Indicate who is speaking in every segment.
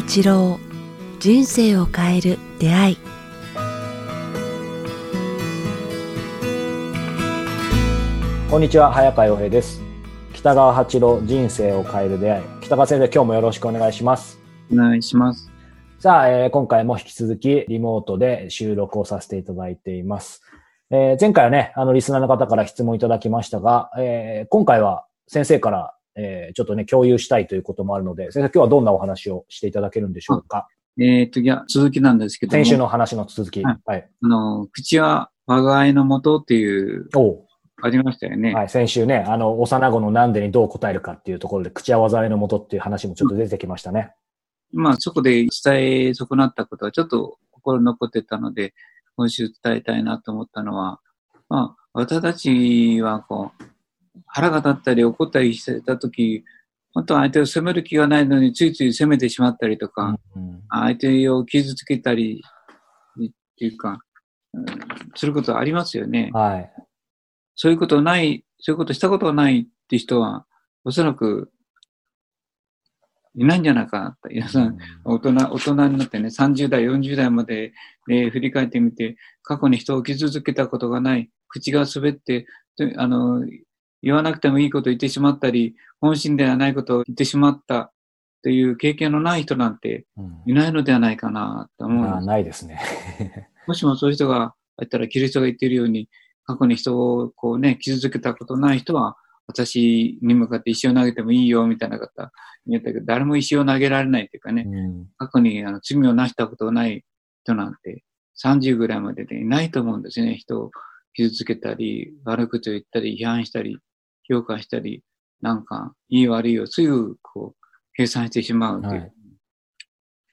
Speaker 1: 八郎、人生を変える出会い。
Speaker 2: こんにちは、早川洋平です。北川八郎、人生を変える出会い。北川先生、今日もよろしくお願いします。
Speaker 3: お願いします。
Speaker 2: さあ、今回も引き続きリモートで収録をさせていただいています。前回はね、リスナーの方から質問いただきましたが、今回は先生から、ちょっとね、共有したいということもあるので、先生、今日はどんなお話をしていただけるんでしょうか。
Speaker 3: 続きなんですけども。
Speaker 2: 先週の話の続き。
Speaker 3: はい。
Speaker 2: はい、
Speaker 3: 口は我が愛のもとっていう、ありましたよね。
Speaker 2: はい、先週ね、幼子のなんでにどう答えるかっていうところで、口は災いのもとっていう話もちょっと出てきましたね。
Speaker 3: まあ、そこで伝え損なったことはちょっと心に残ってたので、今週伝えたいなと思ったのは、まあ、私たちは腹が立ったり怒ったりしてたとき、本当は相手を責める気がないのについつい責めてしまったりとか、相手を傷つけたりっていうか、することはありますよね。
Speaker 2: はい。
Speaker 3: そういうことしたことがないって人は、おそらくいないんじゃないかなって。皆さん、大人になってね、30代、40代まで、振り返ってみて、過去に人を傷つけたことがない、口が滑って、言わなくてもいいことを言ってしまったり、本心ではないことを言ってしまったっていう経験のない人なんていないのではないかなと思うんです。
Speaker 2: ないですね。
Speaker 3: もしもそういう人がいたら、キリストが言っているように、過去に人を傷つけたことない人は、私に向かって石を投げてもいいよみたいな方言ったけど、誰も石を投げられないっていうかね、過去に罪をなしたことがない人なんて30ぐらいまででいないと思うんですね。人を傷つけたり、悪口を言ったり、批判したり、評価したり、なんか、いい悪いをすぐ計算してしまうっていう。はい、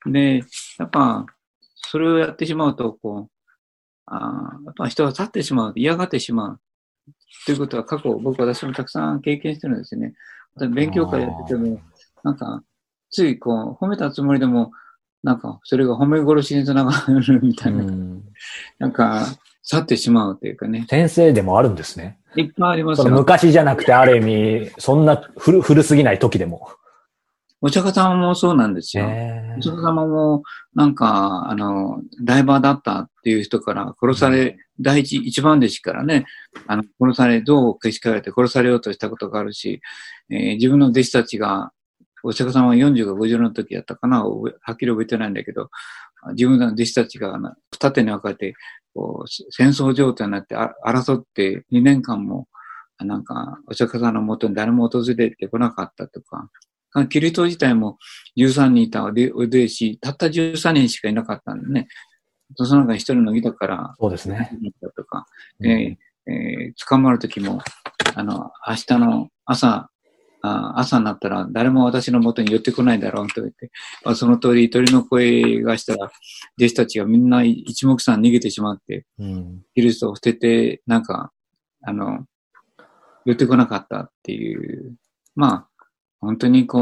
Speaker 3: で、やっぱ、それをやってしまうと、やっぱ人は去ってしまう、嫌がってしまう。ということは私もたくさん経験してるんですね。勉強会やってても、なんか、つい褒めたつもりでも、なんか、それが褒め殺しにつながるみたいな。なんか、去ってしまうというかね。
Speaker 2: 先生でもあるんですね。
Speaker 3: いっぱいありますよ。
Speaker 2: 昔じゃなくて、ある意味、そんな古すぎない時でも。
Speaker 3: お釈迦様もそうなんですよ。お釈迦様も、なんか、ライバーだったっていう人から殺され、一番弟子からね、殺され、銅をけしかられて殺されようとしたことがあるし、自分の弟子たちが、お釈迦様は40か50の時やったかな、はっきり覚えてないんだけど、自分の弟子たちが二手に分かれて、戦争状態になって争って2年間も、なんか、お釈迦様の元に誰も訪れてこなかったとか、キリスト自体も13人いたお弟子、たった13人しかいなかったんでね。その中に一人の義だから、
Speaker 2: そうですね。
Speaker 3: とか、捕まるときも、明日の朝になったら誰も私の元に寄ってこないだろうと言って、その通り鳥の声がしたら、弟子たちがみんな一目散逃げてしまって、キリストを捨てて、なんか、寄ってこなかったっていう、まあ、本当に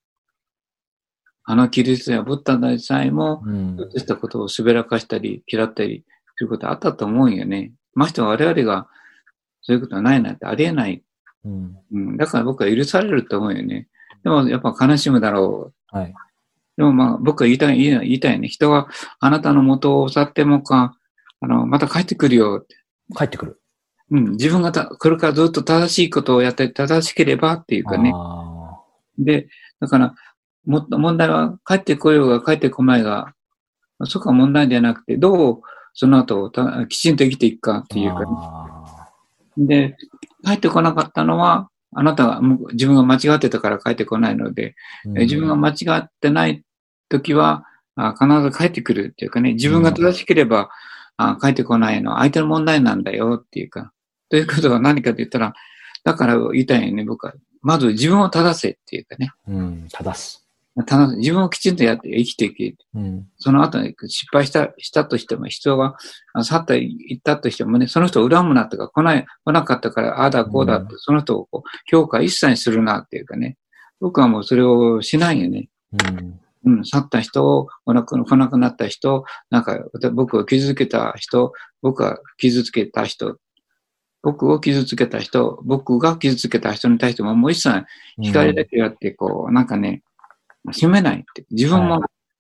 Speaker 3: キリストやブッダでさえも、そうしたことをすべらかしたり、嫌ったりすることあったと思うんよね。まして我々がそういうことはないなんてありえない。だから僕は許されると思うよね。でもやっぱ悲しむだろ
Speaker 2: う。はい、
Speaker 3: でもまあ僕は言いたいね。人があなたの元を去ってもまた帰ってくるよって。
Speaker 2: 帰ってくる。
Speaker 3: 自分がこれからずっと正しいことをやって正しければっていうかね。で、だから、問題は帰ってこようが帰ってこまいが、そこは問題じゃなくて、どうその後きちんと生きていくかっていうか、ね。で、帰ってこなかったのは、あなたが自分が間違ってたから帰ってこないので、自分が間違ってない時は必ず帰ってくるっていうかね、自分が正しければ帰ってこないのは相手の問題なんだよっていうか、ということは何かと言ったら、だから言いたいよね、僕は。まず自分を正せっていうかね。
Speaker 2: 正す。
Speaker 3: 自分をきちんとやって生きていけ。その後に失敗したとしても、人が去っていったとしてもね、その人を恨むなとか来なかったから、ああだこうだって、その人を評価一切するなっていうかね。僕はもうそれをしないよね。去った人、来なくなった人、なんか僕を傷つけた人、僕が傷つけた人、僕を傷つけた人、僕が傷つけた人に対してももう一切光だけやって、なんかね、責めないって。自分も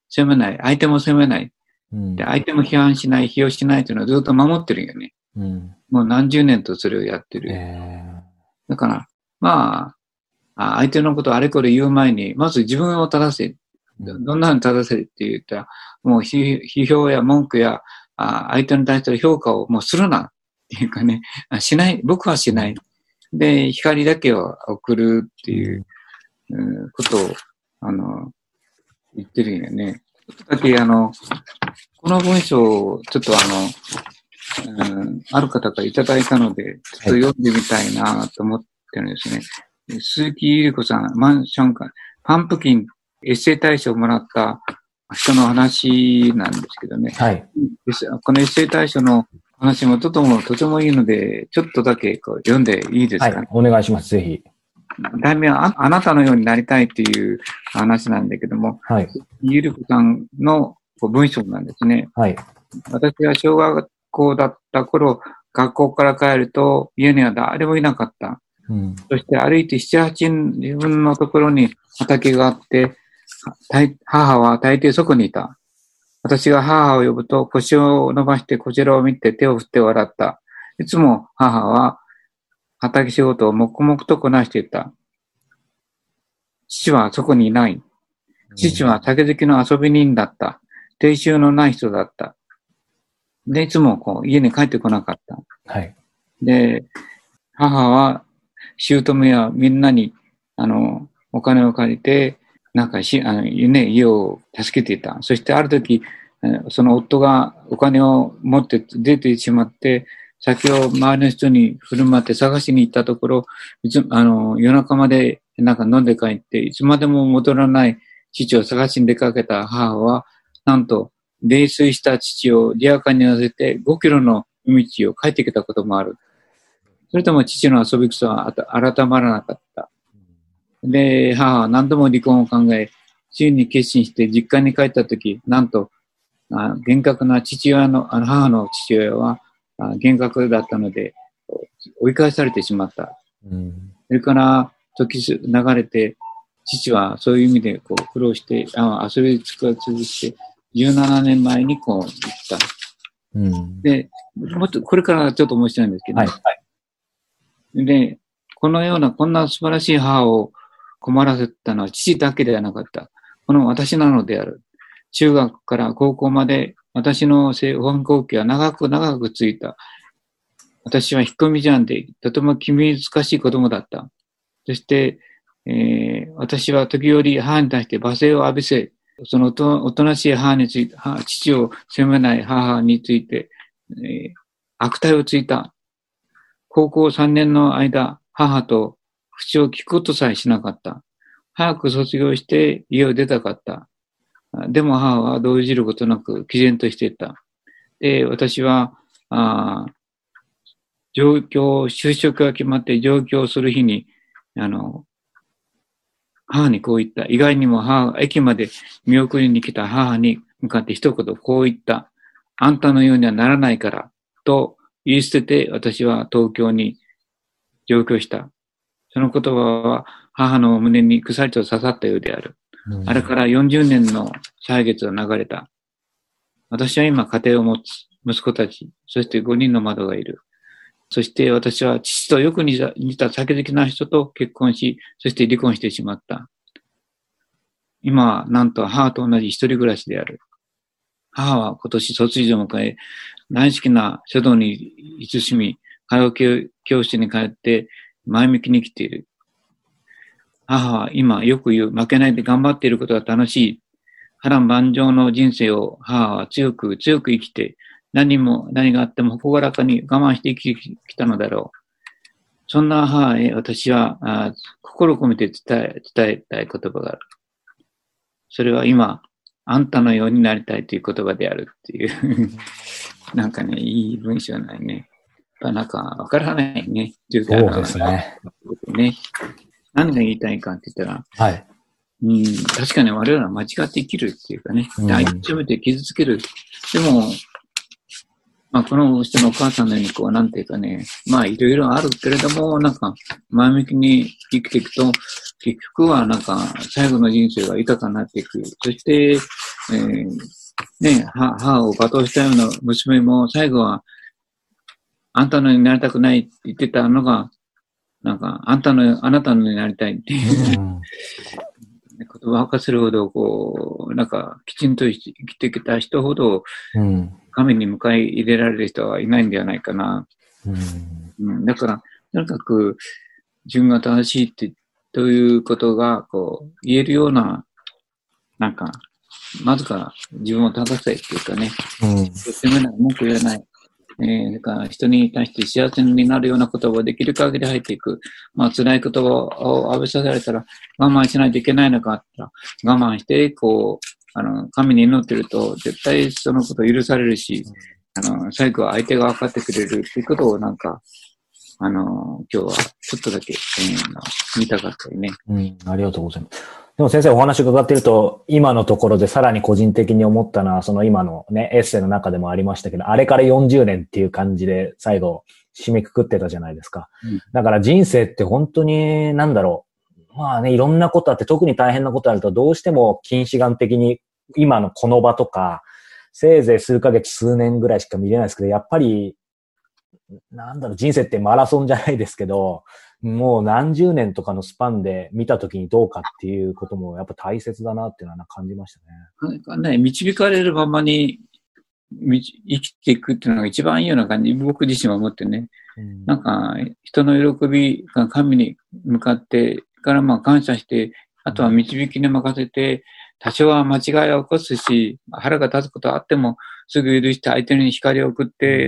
Speaker 3: 責めない。相手も責めない。
Speaker 2: うん。
Speaker 3: で、相手も批判しない、批評しないというのをずっと守ってるよね。
Speaker 2: うん。
Speaker 3: もう何十年とそれをやってる。だから、まあ、相手のことをあれこれ言う前に、まず自分を正せ。どんなの正せって言ったら、もう批評や文句や、相手に対する評価をもうするなっていうかね、しない、僕はしない。で、光だけを送るっていう、ことを、言ってるよね。ちょっとだけ、この文章をちょっとある方からいただいたので、ちょっと読んでみたいなと思ってるんですね。鈴木ゆり子さん、マンションか、パンプキンエッセイ大賞をもらった人の話なんですけどね。
Speaker 2: はい。
Speaker 3: このエッセイ大賞の話もとてもいいので、ちょっとだけこう読んでいいですかね。
Speaker 2: はい、お願いします、ぜひ。
Speaker 3: 題名はあなたのようになりたいっていう話なんだけども、
Speaker 2: はい。
Speaker 3: ゆり子さんの文章なんですね。
Speaker 2: はい。
Speaker 3: 私が小学校だった頃、学校から帰ると家には誰もいなかった。
Speaker 2: うん、
Speaker 3: そして歩いて7、8自分のところに畑があって、母は大抵そこにいた。私が母を呼ぶと腰を伸ばしてこちらを見て手を振って笑った。いつも母は畑仕事を黙々とこなしていた。父はそこにいない。父は酒好きの遊び人だった。定収のない人だった。で、いつもこう家に帰ってこなかった。
Speaker 2: はい。
Speaker 3: で、母は姑やみんなにお金を借りて、なんか家を助けていた。そしてある時、その夫がお金を持って出てしまって、酒を周りの人に振る舞って探しに行ったところ、夜中までなんか飲んで帰って、いつまでも戻らない父を探しに出かけた母は、なんと、泥酔した父をリアカーに乗せて5キロの道を帰ってきたこともある。それとも父の遊び草は改まらなかった。で、母は何度も離婚を考え、ついに決心して実家に帰ったとき、なんと、厳格な母の父親は厳格だったので、追い返されてしまった。それから、時流れて、父はそういう意味でこう苦労して、遊びつく続して、17年前にこう行った。で、もっと、これからちょっと面白いんですけど、で、こんな素晴らしい母を困らせたのは父だけではなかった。この私なのである。中学から高校まで私の反抗期は長く続いた。私は引っ込み思案でとても気難しい子供だった。そして、私は時折母に対して罵声を浴びせ、そのおとなしい母について、父を責めない母について、悪態をついた。高校3年の間、母と口を聞くことさえしなかった。早く卒業して家を出たかった。でも母は動じることなく毅然としていた。で、私は、就職が決まって上京する日に、母にこう言った。意外にも駅まで見送りに来た母に向かって一言こう言った。あんたのようにはならないから、と言い捨てて私は東京に上京した。その言葉は母の胸に鎖と刺さったようである。あれから40年の歳月が流れた。私は今家庭を持つ息子たち、そして5人の窓がいる。そして私は父とよく似た酒好きな人と結婚し、そして離婚してしまった。今はなんと母と同じ一人暮らしである。母は今年卒業を迎え、大好きな書道に慎み、歌謡教室に通って前向きに生きている。母は今よく言う、負けないで頑張っていることが楽しい。波乱万丈の人生を母は強く生きて、何があっても朗らかに我慢して生きてきたのだろう。そんな母へ私は心込めて伝えたい言葉がある。それは今、あんたのようになりたいという言葉であるっていうなんかね、いい文章ないね。なんかわからないね。
Speaker 2: そうですね。
Speaker 3: 何が言いたいかって言ったら、
Speaker 2: はい。
Speaker 3: 確かに我々は間違って生きるっていうかね、相手を見て傷つける。でも、 まあ、この人のお母さんのように、こう、なんていうかね、まあ、いろいろあるけれども、なんか、前向きに生きていくと、結局は、なんか、最後の人生が豊かになっていく。そして、ね、母を罵倒したような娘も、最後は、あんたのになりたくないって言ってたのが、なんか、あなたのになりたいっていう、言葉を明かせるほど、こう、なんか、きちんと生きてきた人ほど、神に迎え入れられる人はいないんではないかな。だから、とにかく、自分が正しいって、ということが、こう、言えるような、なんか、まずから自分を正せっていうかね、責めない、文句言えない。だから人に対して幸せになるような言葉をできる限り入っていく。まあ辛い言葉を浴びさせられたら我慢しないといけないのかって言ったら我慢して、こう、神に祈ってると絶対そのことを許されるし、最後は相手が分かってくれるっていうことをなんか、今日はちょっとだけ、見たかったよね。
Speaker 2: ありがとうございます。でも先生お話伺っていると、今のところでさらに個人的に思ったのは、その今のね、エッセイの中でもありましたけど、あれから40年っていう感じで最後締めくくってたじゃないですか。だから人生って本当に、なんだろう。まあね、いろんなことあって、特に大変なことあると、どうしても近視眼的に今のこの場とか、せいぜい数ヶ月数年ぐらいしか見れないですけど、やっぱり、なんだろう、人生ってマラソンじゃないですけど、もう何十年とかのスパンで見たときにどうかっていうこともやっぱ大切だなっていうのは感じました
Speaker 3: ね。導かれるままに生きていくっていうのが一番いいような感じ、僕自身は思ってね。なんか、人の喜びが神に向かってからまあ感謝して、あとは導きに任せて、多少は間違いを起こすし、腹が立つことはあっても、すぐ許して相手に光を送って、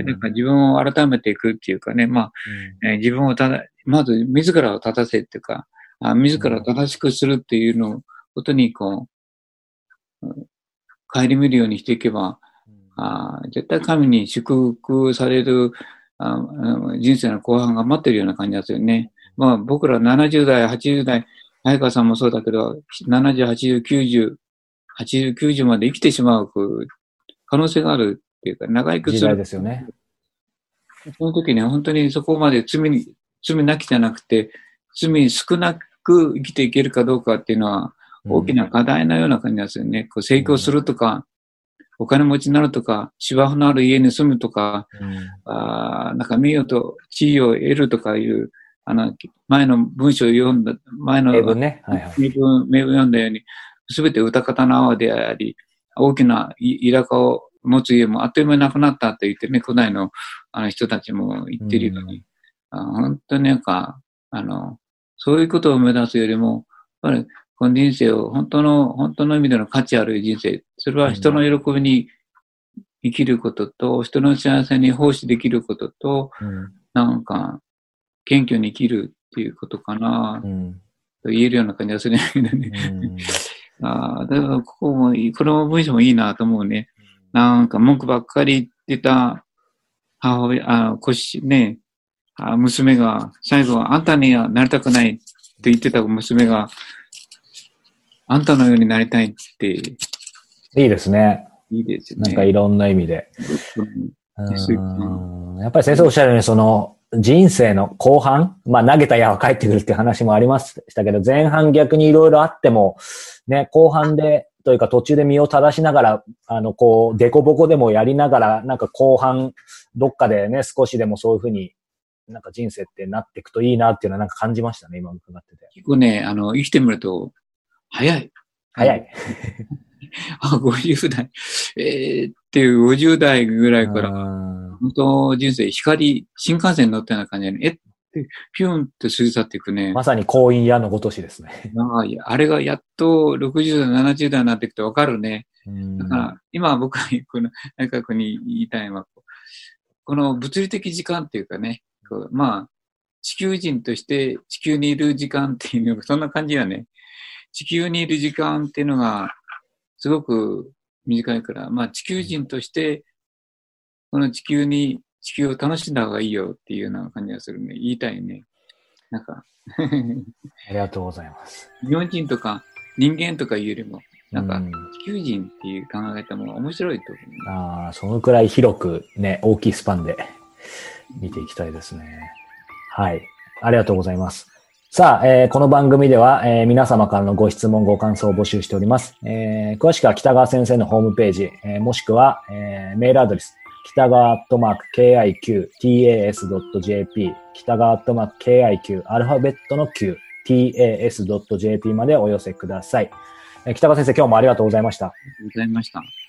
Speaker 3: なんか自分を改めていくっていうかね、まあ、自分をまず自らを立たせっていうか、自らを正しくするっていうのことにこう、顧みるようにしていけば、絶対神に祝福される人生の後半が待ってるような感じですよね。まあ僕ら70代、80代、早川さんもそうだけど、70、80、90、80、90まで生きてしまう可能性があるっていうか、長生きする。
Speaker 2: 時代ですよね。
Speaker 3: その時に本当にそこまで罪なきじゃなくて、罪少なく生きていけるかどうかっていうのは、大きな課題のような感じですよね。こう成功するとか、お金持ちになるとか、芝生のある家に住むとか、なんか名誉と地位を得るとかいう、前の文章を読んだ、
Speaker 2: 名文ね。
Speaker 3: 名文読んだように、すべて歌方の泡であり、大きな田舎を持つ家もあっという間になくなったって言ってね、古代の人たちも言ってるように、本当になんか、そういうことを目指すよりも、やっぱりこの人生を本当の意味での価値ある人生、それは人の喜びに生きることと、人の幸せに奉仕できることと、なんか、謙虚に生きるっていうことかな、と言えるような感じがするんだけどね。だからこの文章もいいなと思うね。なんか文句ばっかり言ってた母親、娘が、最後はあんたにはなりたくないって言ってた娘が、あんたのようになりたいって。い
Speaker 2: いですね。
Speaker 3: いいですね。
Speaker 2: なんかいろんな意味で。やっぱり先生おっしゃるように、その人生の後半、まあ投げた矢は返ってくるっていう話もありましたけど、前半逆にいろいろあっても、ね、後半で、というか途中で身を正しながら、こう、デコボコでもやりながら、なんか後半、どっかでね、少しでもそういうふうに、なんか人生ってなっていくといいなっていうのはなんか感じましたね、今伺ってて。
Speaker 3: 結構ね、生きてみると、早い。50代。っていう50代ぐらいから、本当人生、新幹線に乗ったような感じで、って、ピューンって過ぎ去っていくね。
Speaker 2: まさに婚姻屋のごとしですね。
Speaker 3: あれがやっと60代、70代になっていくとわかるね。だから、今僕が内閣に言いたいのは、この物理的時間っていうかね、まあ、地球人として地球にいる時間っていうのがそんな感じだね。地球にいる時間っていうのがすごく短いから、まあ地球人としてこの地球を楽しんだ方がいいよっていうような感じがするね。言いたいね。なんか
Speaker 2: ありがとうございます。
Speaker 3: 日本人とか人間とかいうよりもなんか、地球人っていう考え方も面白いと思
Speaker 2: う。そのくらい広くね、大きいスパンで見ていきたいですね。はい。ありがとうございます。さあ、この番組では、皆様からのご質問、ご感想を募集しております。詳しくは北川先生のホームページ、もしくは、メールアドレス、北川@kiqtas.jp、北川@kiq、アルファベットの q、tas.jp までお寄せください。北川先生、今日もありがとうございました。
Speaker 3: ありがとうございました。